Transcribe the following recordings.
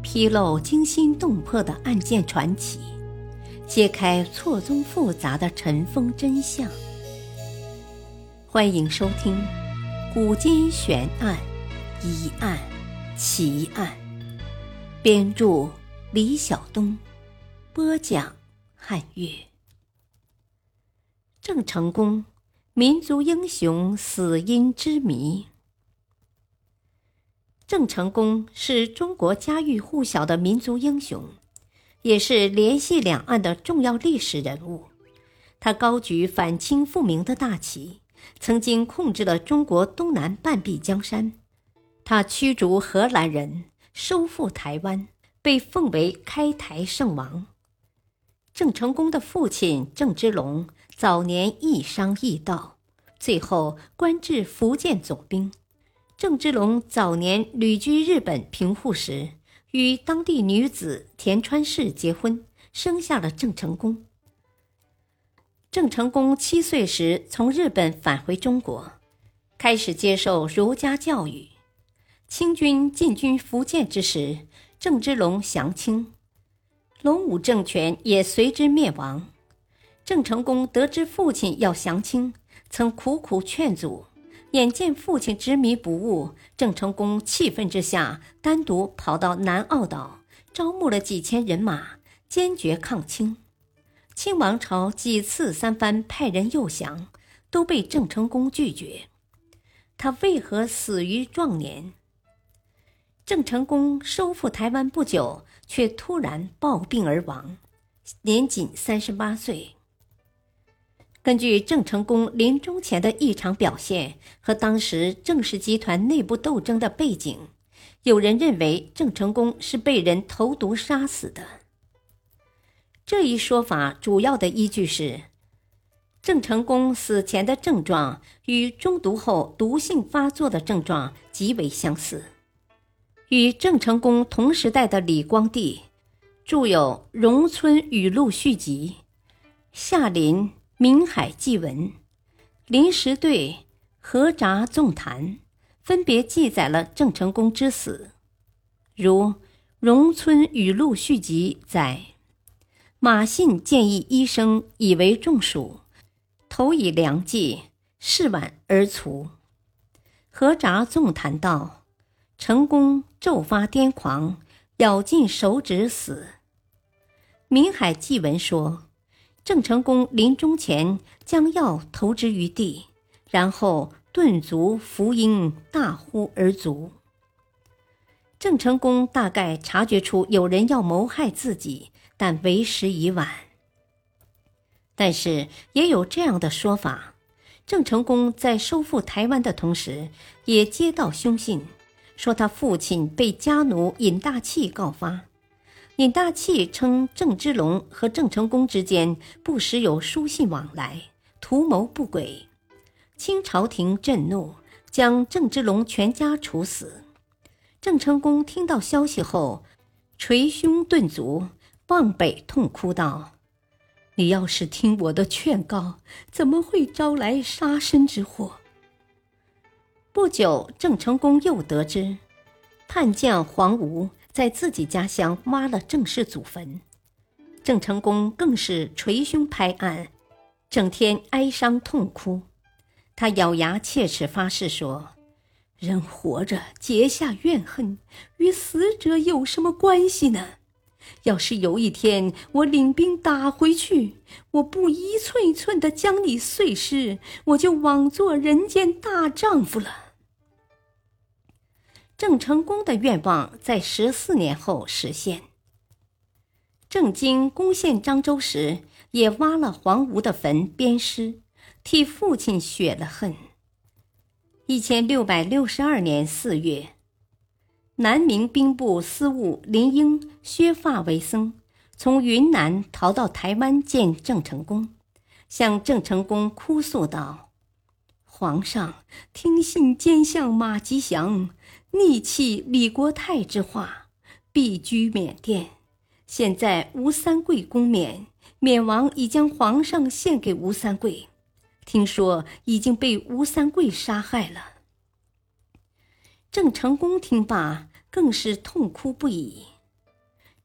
披露惊心动魄的案件传奇，揭开错综复杂的尘封真相。欢迎收听《古今悬案、疑案、奇案》，编著李晓东，播讲汉乐。郑成功，民族英雄死因之谜。郑成功是中国家喻户晓的民族英雄，也是联系两岸的重要历史人物。他高举反清复明的大旗，曾经控制了中国东南半壁江山。他驱逐荷兰人，收复台湾，被奉为开台圣王。郑成功的父亲郑芝龙早年易商易盗，最后官至福建总兵。郑芝龙早年旅居日本平户时，与当地女子田川氏结婚，生下了郑成功。郑成功7岁时从日本返回中国，开始接受儒家教育。清军进军福建之时，郑芝龙降清，隆武政权也随之灭亡。郑成功得知父亲要降清，曾苦苦劝阻，眼见父亲执迷不悟，郑成功气愤之下，单独跑到南澳岛，招募了几千人马，坚决抗清。清王朝几次三番派人诱降，都被郑成功拒绝。他为何死于壮年？郑成功收复台湾不久，却突然暴病而亡，年仅38岁。根据郑成功临终前的异常表现和当时郑氏集团内部斗争的背景，有人认为郑成功是被人投毒杀死的。这一说法主要的依据是，郑成功死前的症状与中毒后毒性发作的症状极为相似。与郑成功同时代的李光地著有《荣村语录续集》，夏林闽海记文，林时对何札纵谈，分别记载了郑成功之死。如《荣村语录续集》载，马信建议医生以为中暑，投以良剂，是晚而卒。何札纵谈道，成功骤发癫狂，咬尽手指死。闽海记文说，郑成功临终前将药投之于地，然后顿足伏缨，大呼而卒。郑成功大概察觉出有人要谋害自己，但为时已晚。但是也有这样的说法，郑成功在收复台湾的同时，也接到凶信，说他父亲被家奴尹大器告发。尹大器称郑芝龙和郑成功之间不时有书信往来，图谋不轨。清朝廷震怒，将郑芝龙全家处死。郑成功听到消息后，捶胸顿足，望北痛哭道，你要是听我的劝告，怎么会招来杀身之祸？不久，郑成功又得知叛将黄吴在自己家乡挖了郑氏祖坟，郑成功更是捶胸拍案，整天哀伤痛哭。他咬牙切齿发誓说，人活着结下怨恨，与死者有什么关系呢？要是有一天我领兵打回去，我不一寸一寸地将你碎尸，我就枉做人间大丈夫了。郑成功的愿望在14年后实现。郑经攻陷漳州时，也挖了黄吴的坟鞭尸，替父亲雪了恨。1662年4月，南明兵部司务林英削发为僧，从云南逃到台湾见郑成功，向郑成功哭诉道，皇上听信奸相马吉祥逆弃李国泰之话，避居缅甸。现在吴三桂攻缅，缅王已将皇上献给吴三桂，听说已经被吴三桂杀害了。郑成功听罢，更是痛哭不已。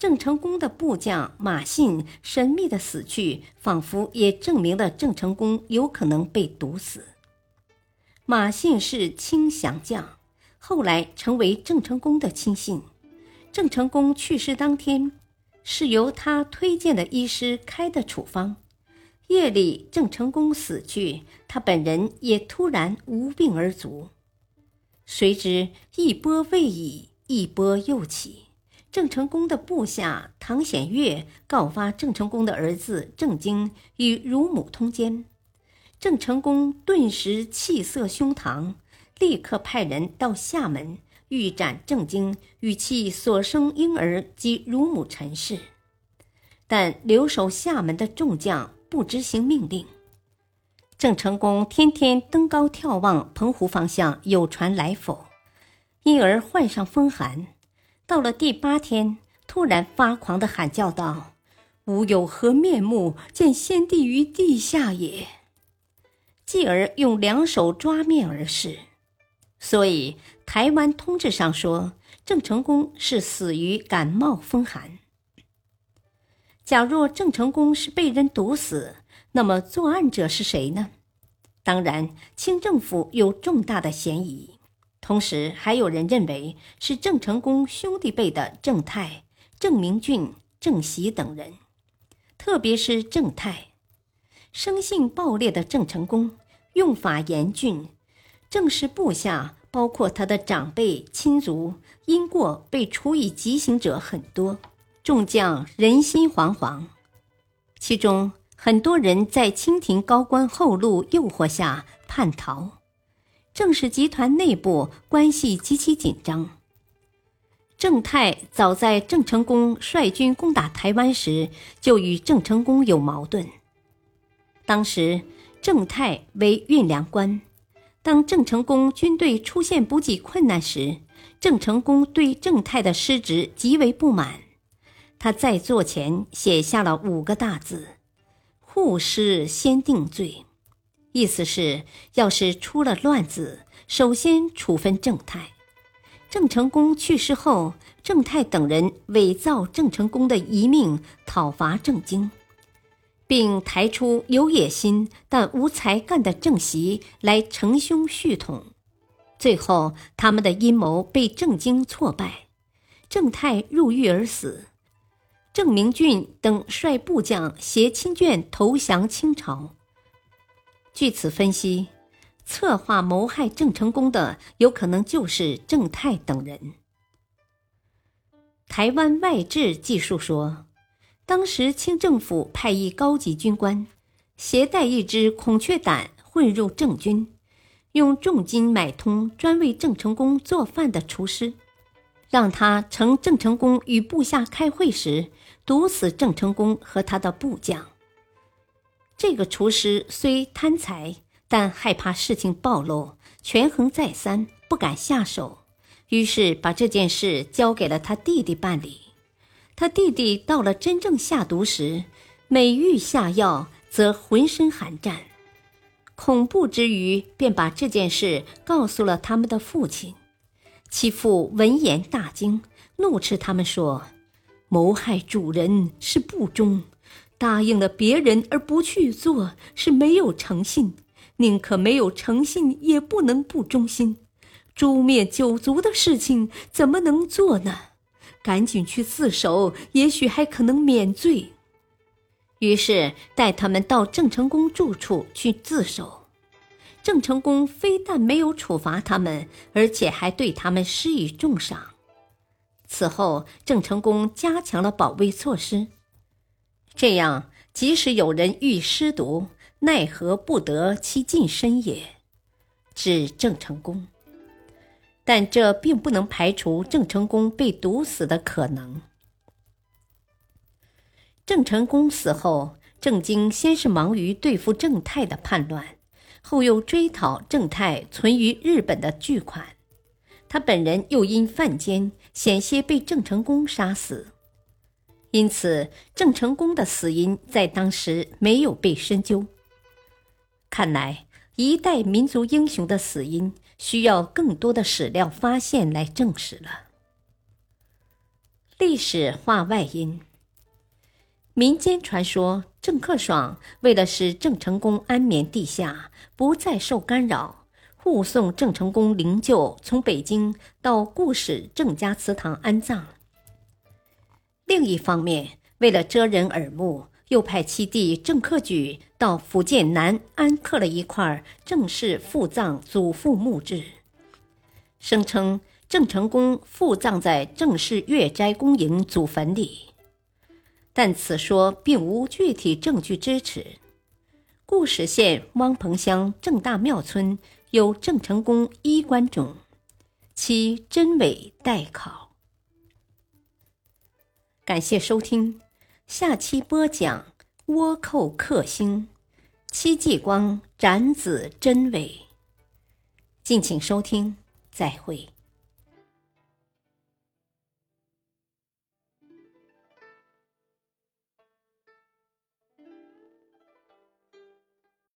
郑成功的部将马信神秘的死去，仿佛也证明了郑成功有可能被毒死。马信是卿降将，后来成为郑成功的亲信。郑成功去世当天，是由他推荐的医师开的处方。夜里郑成功死去，他本人也突然无病而卒。谁知一波未已，一波又起。郑成功的部下唐显岳告发郑成功的儿子郑经与乳母通奸，郑成功顿时气色凶堂，立刻派人到厦门欲斩郑经与其所生婴儿及乳母陈氏。但留守厦门的众将不执行命令。郑成功天天登高眺望澎湖方向有船来否，因而患上风寒。到了第8天，突然发狂地喊叫道：“吾有何面目见先帝于地下也？”继而用2手抓面而逝。所以台湾通志上说，郑成功是死于感冒风寒。假若郑成功是被人毒死，那么作案者是谁呢？当然，清政府有重大的嫌疑。同时还有人认为是郑成功兄弟辈的郑泰、郑明俊、郑喜等人，特别是郑泰。生性暴烈的郑成功用法严峻，郑氏部下包括他的长辈亲族因过被处以极刑者很多，众将人心惶惶。其中很多人在清廷高官厚禄诱惑下叛逃。郑氏集团内部关系极其紧张。郑泰早在郑成功率军攻打台湾时就与郑成功有矛盾。当时郑泰为运粮官，当郑成功军队出现补给困难时，郑成功对郑泰的失职极为不满。他在座前写下了5个大字：护失先定罪。意思是，要是出了乱子，首先处分郑泰。郑成功去世后，郑泰等人伪造郑成功的遗命，讨伐郑经，并抬出有野心但无才干的郑袭来承兄续统。最后，他们的阴谋被郑经挫败，郑泰入狱而死。郑明俊等率部将携亲眷投降清朝。据此分析，策划谋害郑成功的有可能就是郑泰等人。台湾外志记述说，当时清政府派一高级军官携带一只孔雀胆混入郑军，用重金买通专为郑成功做饭的厨师，让他乘郑成功与部下开会时毒死郑成功和他的部将。这个厨师虽贪财，但害怕事情暴露，权衡再三，不敢下手，于是把这件事交给了他弟弟办理。他弟弟到了真正下毒时，每欲下药则浑身寒战，恐怖之余便把这件事告诉了他们的父亲。其父闻言大惊，怒斥他们说：谋害主人是不忠，答应了别人而不去做是没有诚信，宁可没有诚信也不能不忠心。诛灭九族的事情怎么能做呢？赶紧去自首，也许还可能免罪。于是带他们到郑成功住处去自首。郑成功非但没有处罚他们，而且还对他们施以重赏。此后郑成功加强了保卫措施，这样即使有人欲施毒，奈何不得其近身也，指郑成功。但这并不能排除郑成功被毒死的可能。郑成功死后，郑经先是忙于对付郑泰的叛乱，后又追讨郑泰存于日本的巨款。他本人又因犯奸，险些被郑成功杀死。因此，郑成功的死因在当时没有被深究。看来，一代民族英雄的死因需要更多的史料发现来证实了。 历史话外音。民间传说，郑克爽为了使郑成功安眠地下，不再受干扰，护送郑成功灵柩从北京到故使郑家祠堂安葬。另一方面，为了遮人耳目，又派其弟郑克举到福建南安刻了一块郑氏父葬祖父墓志，声称郑成功父葬在郑氏岳斋公营祖坟里。但此说并无具体证据支持。固始县汪彭乡郑大庙村有郑成功衣冠冢，其真伪待考。感谢收听，下期播讲倭寇克星，戚继光斩子真伪。敬请收听，再会。